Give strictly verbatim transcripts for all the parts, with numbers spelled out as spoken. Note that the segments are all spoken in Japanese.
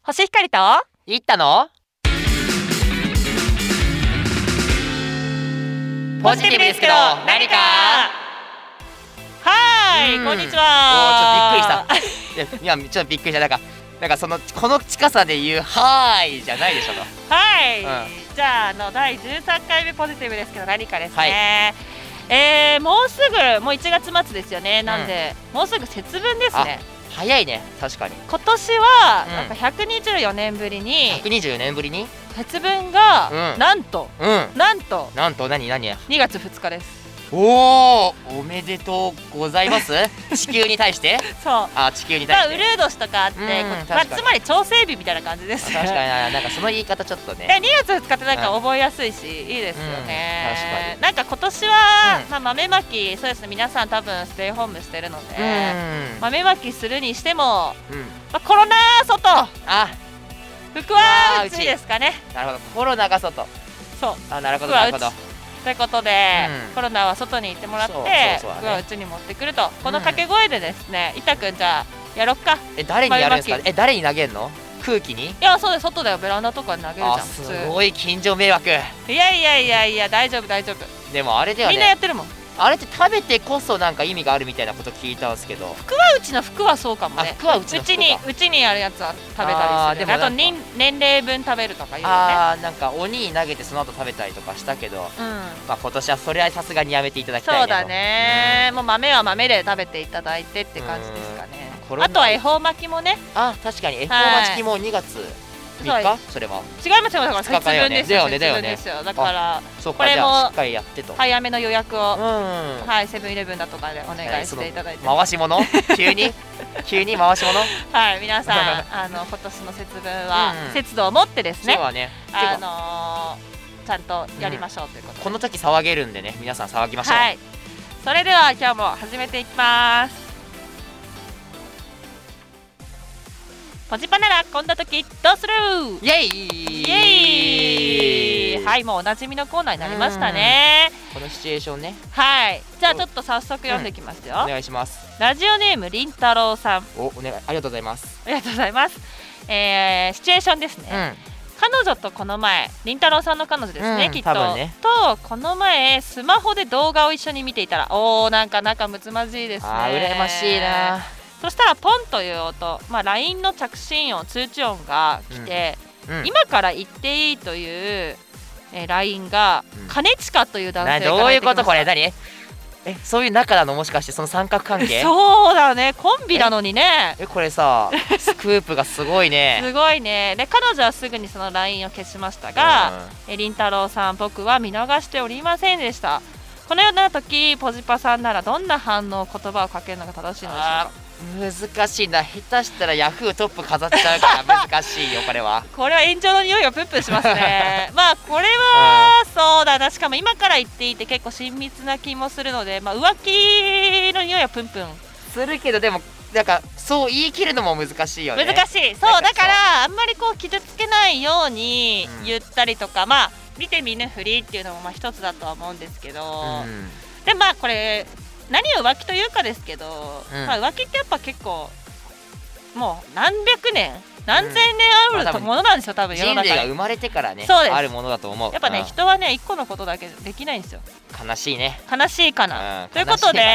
星光といったのポジティブですけど何か。 はーい、 うんこんにちは。 おーちょっとびっくりしたいやいやちょっとびっくりしたなんかなんかそのこの近さで言うはーいじゃないでしょと。 はい、 うじゃあ、あのだいじゅうさんかいめポジティブですけど何かですね、はい、えー、もうすぐもういちがつ末ですよね。なんで、うん、もうすぐ節分ですね。 早いね。確かに今年はなんかひゃくにじゅうよねんぶりに、 ひゃくにじゅうよねんぶりに節分が、うん、なんと、うん、なんとなんと何何にがつふつかです。 おー、おめでとうございます地球に対してそうあ地球に対して、 まあ、ウルー年とかあって、うんまあ、つまり調整日みたいな感じです。 確かにな、なんかその言い方ちょっとねにがつふつかってなんか覚えやすいし、うん、いいですよね、うん、確かに。なんか今年は、うんまあ、豆まきそうですね。皆さん多分ステイホームしてるので、うん、豆まきするにしても、うんまあ、コロナ外あ服はうちですかね。 なるほど、コロナが外。 そうあなるほどなるほどということで、うん、コロナは外に行ってもらって服はうちに持ってくると、この掛け声でですね、いたくんじゃあやろっか。 え誰にやるんですか。え誰に投げるの。空気に。 いやそうです、外だよ。ベランダとかに投げるじゃん。 すごい近所迷惑。いやいやいやいや大丈夫大丈夫。 でもあれだよね、 みんなやってるもん。 あれって食べてこそなんか意味があるみたいなこと聞いたんですけど。 服はうちの服はそうかもね。 服はうちの服か。 うちにうちにやるやつは食べたりする。あ, あと年齢分食べるとかいうね。 あーなんか鬼に投げてその後食べたりとかしたけど、うんまあ、今年はそれはさすがにやめていただきたいね。 そうだね、うん、もう豆は豆で食べていただいてって感じですかね。あとは恵方巻きもね。 あ確かに恵方巻きもにがつみっか。それは違いますよ。だから節分ですよ。節分ですよ。だからこれも早めの予約を、はいセブンイレブンだとかでお願いしていただいて。 回し物急に急に回し物はい皆さんあの今年の節分は節度を持ってですね、あのちゃんとやりましょうということで、 この時騒げるんでね、皆さん騒ぎましょう。はい、 それでは今日も始めていきます。ポジパならこんな時どうする。 イエイイエイ。はいもうおなじみのコーナーになりましたね。 このシチュエーションね。 はいじゃあちょっと早速読んでいきますよ、うん、 お願いします。 ラジオネームりんたろうさん。 おお願い、ありがとうございます。 ありがとうございます。えー、シチュエーションですね、うん、彼女とこの前、りんたろうさんの彼女ですね、うん、きっと、ね、とこの前スマホで動画を一緒に見ていたら、おーなんか仲睦まじいですね。 あー羨ましいな。 そしたらポンという音、まあ、ライン の着信音通知音が来て、うんうん、今から言っていいという、えー、ライン が、うん、兼近という男性からどういうことこれ何えそういう仲なの。もしかしてその三角関係そうだね、コンビなのにね。 ええこれさスクープがすごいねすごいね。で彼女はすぐにその ライン を消しましたが、うん、えりんたろうさん僕は見逃しておりませんでした。このような時ポジパさんならどんな反応言葉をかけるのが正しいのでしょうか。 難しいな。下手したらヤフートップ飾っちゃうから難しいよこれは。これは炎上の匂いがプンプンしますねまあこれは、うん、そうだな。しかも今から言っていて結構親密な気もするので、まあ、浮気の匂いはプンプンするけど、でもなんかそう言い切るのも難しいよね。 難しい。そうだからあんまりこう傷つけないように言ったりとか、うん、まあ見て見ぬふりっていうのもまあ一つだとは思うんですけど、うん、でまあこれ何を浮気というかですけど、うんまあ、浮気ってやっぱ結構もう何百年何千年あるものなんですよ、多分世の中に。 人類が生まれてからねあるものだと思う。 やっぱね、うん、人はね一個のことだけできないんですよ。 悲しいね。 悲しいかな、うん、ということで、うん、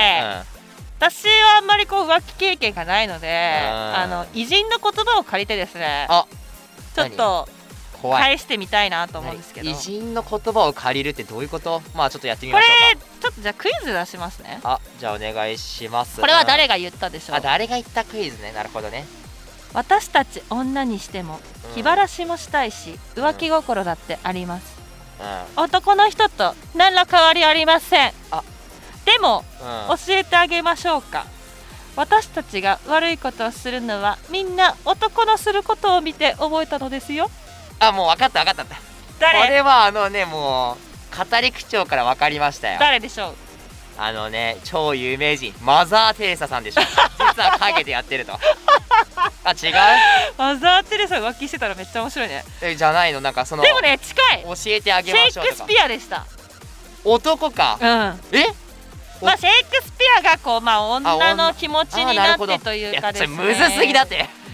私はあんまりこう浮気経験がないので、あの偉人の言葉を借りてですね、あちょっと返してみたいなと思うんですけど。 偉人の言葉を借りるってどういうこと。まあちょっとやってみましょうか。 これちょっとじゃあクイズ出しますね。 あじゃあお願いします。 これは誰が言ったでしょう。 あ誰が言ったクイズね。なるほどね。 私たち女にしても気晴らしもしたいし、うん、浮気心だってあります、うん、男の人と何ら変わりありません。あでも、うん、教えてあげましょうか。私たちが悪いことをするのはみんな男のすることを見て覚えたのですよ。 あもう分かった分かった。誰？これはあのねもう語り口調から分かりましたよ。 誰でしょう。 あのね超有名人マザー・テレサさんでしょ実は陰でやってるとあ違う。 マザー・テレサ浮気してたらめっちゃ面白いね。 えじゃないの。なんかそのでもね近い。 教えてあげましょうとか。 シェイクスピアでした。 男か。 うんえまあシェイクスピアがこうまあ女の気持ちになってというかですね。 むずすぎだって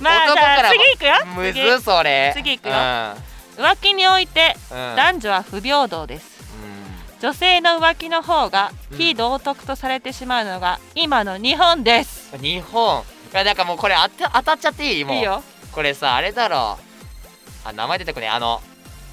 まあじゃあ次いくよ。 むずそれ。 次いくよ、うん、浮気において、うん、男女は不平等です、うん、女性の浮気の方が非道徳とされてしまうのが今の日本です、 うん、日本。いやなんかもうこれ当た、当たっちゃっていい？もういいよ。これさあれだろう、あ名前出てこね、あの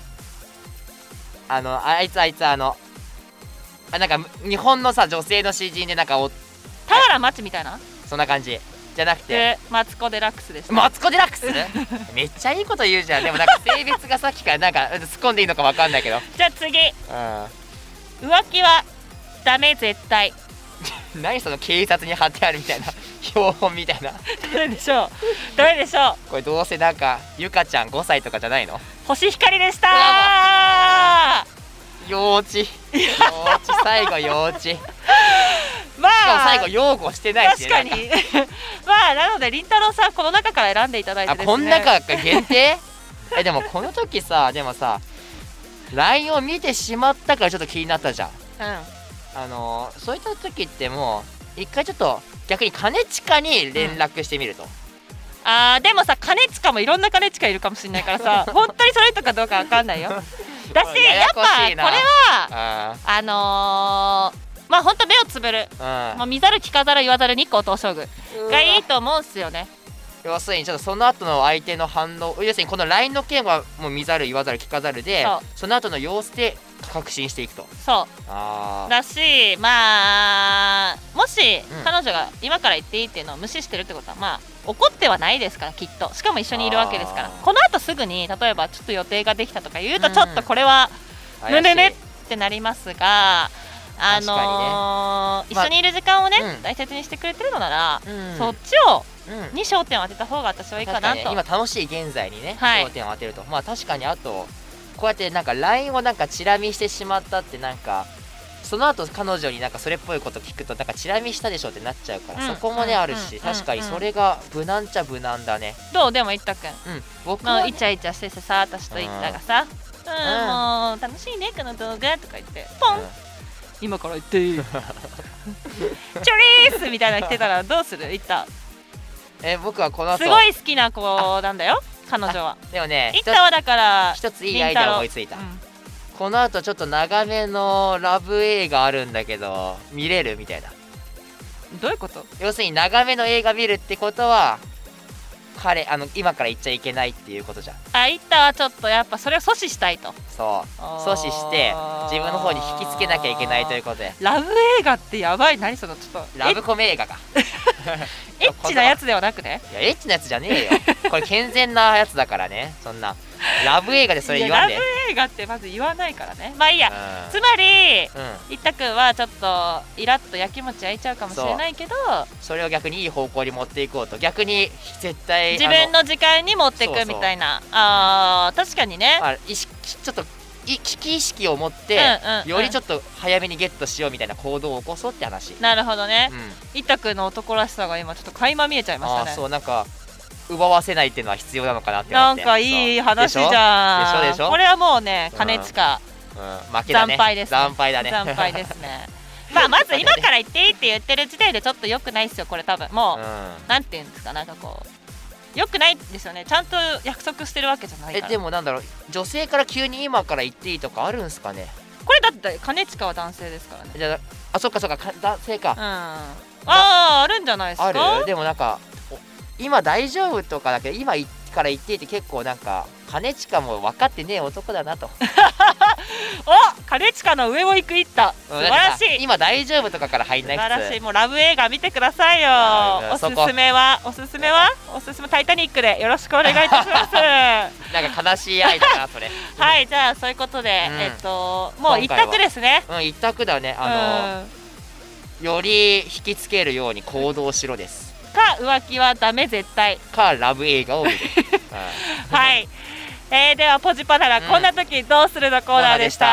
あのあいつあいつあのあなんか日本のさ女性の詩人でなんかお俵町みたいなそんな感じじゃなくてマツコ・デラックスでした。 マツコ・デラックスめっちゃいいこと言うじゃん。でもなんか性別がさっきからなんか突っ込んでいいのか分かんないけどじゃあ次、 うん、 浮気はダメ絶対何その警察に貼ってあるみたいな標本みたいなダメでしょうダメでしょう。 これどうせなんかゆかちゃんごさいとかじゃないの？ 星光でしたー。 幼稚幼稚最後幼稚まあしかも最後擁護してないし、ね、 確かにまあなのでりんたろーさんこの中から選んでいただいてですね。 あこの中限定えでもこの時さでもさ ライン を見てしまったからちょっと気になったじゃん、うん、あのー、そういった時ってもう一回ちょっと逆に兼近に連絡してみると、うん、 あーでもさ兼近もいろんな兼近いるかもしれないからさ本当にその人かどうかわかんないよだしやっぱこれはあのーまあほんと目をつぶる、うん、もう見ざる聞かざる言わざる日光東照宮がいいと思うんすよね。 要するにちょっとその後の相手の反応、要するにこの ライン の件はもう見ざる言わざる聞かざるで そ, その後の様子で確信していくと。 そうあだしまあもし彼女が今から言っていいっていうのを無視してるってことはまあ怒ってはないですからきっと。しかも一緒にいるわけですからこの後すぐに例えばちょっと予定ができたとか言うとちょっとこれはむねねってなりますが、あのーね、一緒にいる時間をね、まあ、大切にしてくれてるのなら、うん、そっちを、うん、に焦点を当てた方が私はいいかなと、ね、 今楽しい現在にね、はい、焦点を当てるとまあ確かに。あとこうやってなんか ライン をなんかチラ見してしまったってなんかその後彼女になんかそれっぽいこと聞くとなんかチラ見したでしょってなっちゃうから、うん、そこもね、うん、あるし、うん、確かにそれが無難っちゃ無難だね。 どうでもいったくん、うん、 僕は、ね、 イチャイチャしてさ私といったがさ、うんうん、もう楽しいねこの動画とか言ってポン、うん今から言っていいチョリースみたいなの来てたらどうする？言ったえ僕はこの後すごい好きな子なんだよ彼女は。 でもね言ったはだから一ついいアイデア思いついた、うん、この後ちょっと長めのラブ映画あるんだけど見れるみたいな。 どういうこと？ 要するに長めの映画見るってことは彼あの今から言っちゃいけないっていうことじゃん。 あ言ったはちょっとやっぱそれを阻止したいと。 そう阻止して自分の方に引きつけなきゃいけないということで。 ラブ映画ってやばい。何そのちょっとラブコメ映画かエッチなやつではなくね。 いやエッチなやつじゃねえよこれ健全なやつだからね。そんなラブ映画でそれ言わんで。 ラブ映画ってまず言わないからね。まあいいや、うん、つまり、うん、いったくんはちょっとイラッとやきもち焼いちゃうかもしれないけどそ, それを逆にいい方向に持っていこうと。逆に絶対自分の時間に持っていくみたいな。そうそうあ、うん、確かにね、 まあ、意識ちょっと危機意識を持って、うんうんうん、よりちょっと早めにゲットしようみたいな行動を起こそうって話。 なるほどね、うん、いったくんの男らしさが今ちょっと垣間見えちゃいましたね。 あそうなんか奪わせないっていうのは必要なのかなって思って。 なんかいい話じゃん。 でしょでしょ。 これはもうね兼近、 うんうん、負けだね。 惨敗ですね。 惨敗だね。 惨敗ですねまあまず今から言っていいって言ってる時点でちょっと良くないですよこれ多分もう、うん、なんていうんですかなんかこう良くないですよね。ちゃんと約束してるわけじゃないから。 えでもなんだろう女性から急に今から言っていいとかあるんすかね。 これだって兼近は男性ですからね。 じゃああそっかそっか男性か。うんあああるんじゃないですか。 ある。でもなんか今大丈夫とかだけど今から言っていて結構なんか兼近も分かってねえ男だなとお兼近の上を行くいった素晴らしい。 今大丈夫とかから入んない。 素晴らしい。もうラブ映画見てくださいよ。おすすめはおすすめはおすすめタイタニックでよろしくお願いいたしますなんか悲しい愛だなそれはいじゃあそういうことで、うん、えっともう一択ですね。 うん一択だね。あの、うん、より引きつけるように行動しろですか浮気はダメ絶対かラブ映画を見るはい、えー、ではポジパなら、うん、こんな時どうするのコーナーでした。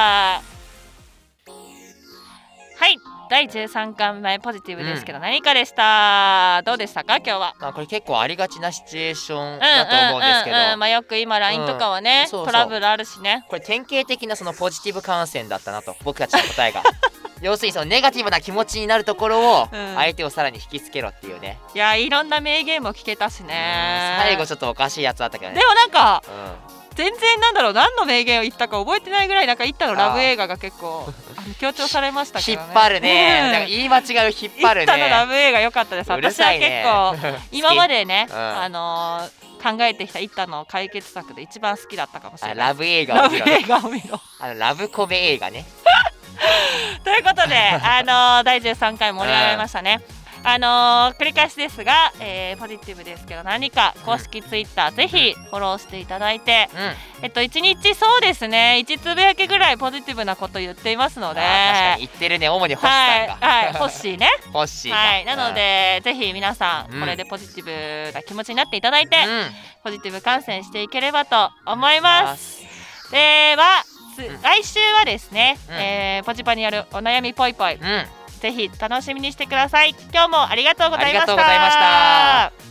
はいだいじゅうさんかんめポジティブですけど、うん、何かでした。どうでしたか今日は。 あこれ結構ありがちなシチュエーションだと思うんですけど、うんうんうんうん、 まあ、よく今 ライン とかはね、うん、そうそうトラブルあるしね。 これ典型的なそのポジティブ観戦だったなと僕たちの答えが要するにそのネガティブな気持ちになるところを相手をさらに引きつけろっていうね、 うん、いやいろんな名言も聞けたしね。 最後ちょっとおかしいやつだったけどね。 でもなんか、うん全然なんだろう何の名言を言ったか覚えてないぐらいなんか一太のラブ映画が結構あの強調されましたけどね。 引っ張るね、うん、なんか言い間違いを引っ張るね。 一太のラブ映画良かったです。私は結構今までね、うん、あのー、考えてきた一太の解決策で一番好きだったかもしれない。 ラブ映画を見ろ、 ラブ映画を見ろあのラブコメ映画ねということで、あのー、だいじゅうさんかい盛り上がりましたね、うんあのー、繰り返しですが、えー、ポジティブですけど何か公式ツイッター、うん、ぜひフォローしていただいて、うん、えっといちにちそうですねいちつぶやきぐらいポジティブなこと言っていますので。 あ確かに言ってるね。主にホッシーさんがはい、はい、ホッシーねホッシーはいなので、うん、ぜひ皆さんこれでポジティブな気持ちになっていただいて、うん、ポジティブ観戦していければと思います。では、うん、来週はですね、うんえー、ポジパによるお悩みぽいぽい、うんぜひ楽しみにしてください。今日もありがとうございました。 ありがとうございました。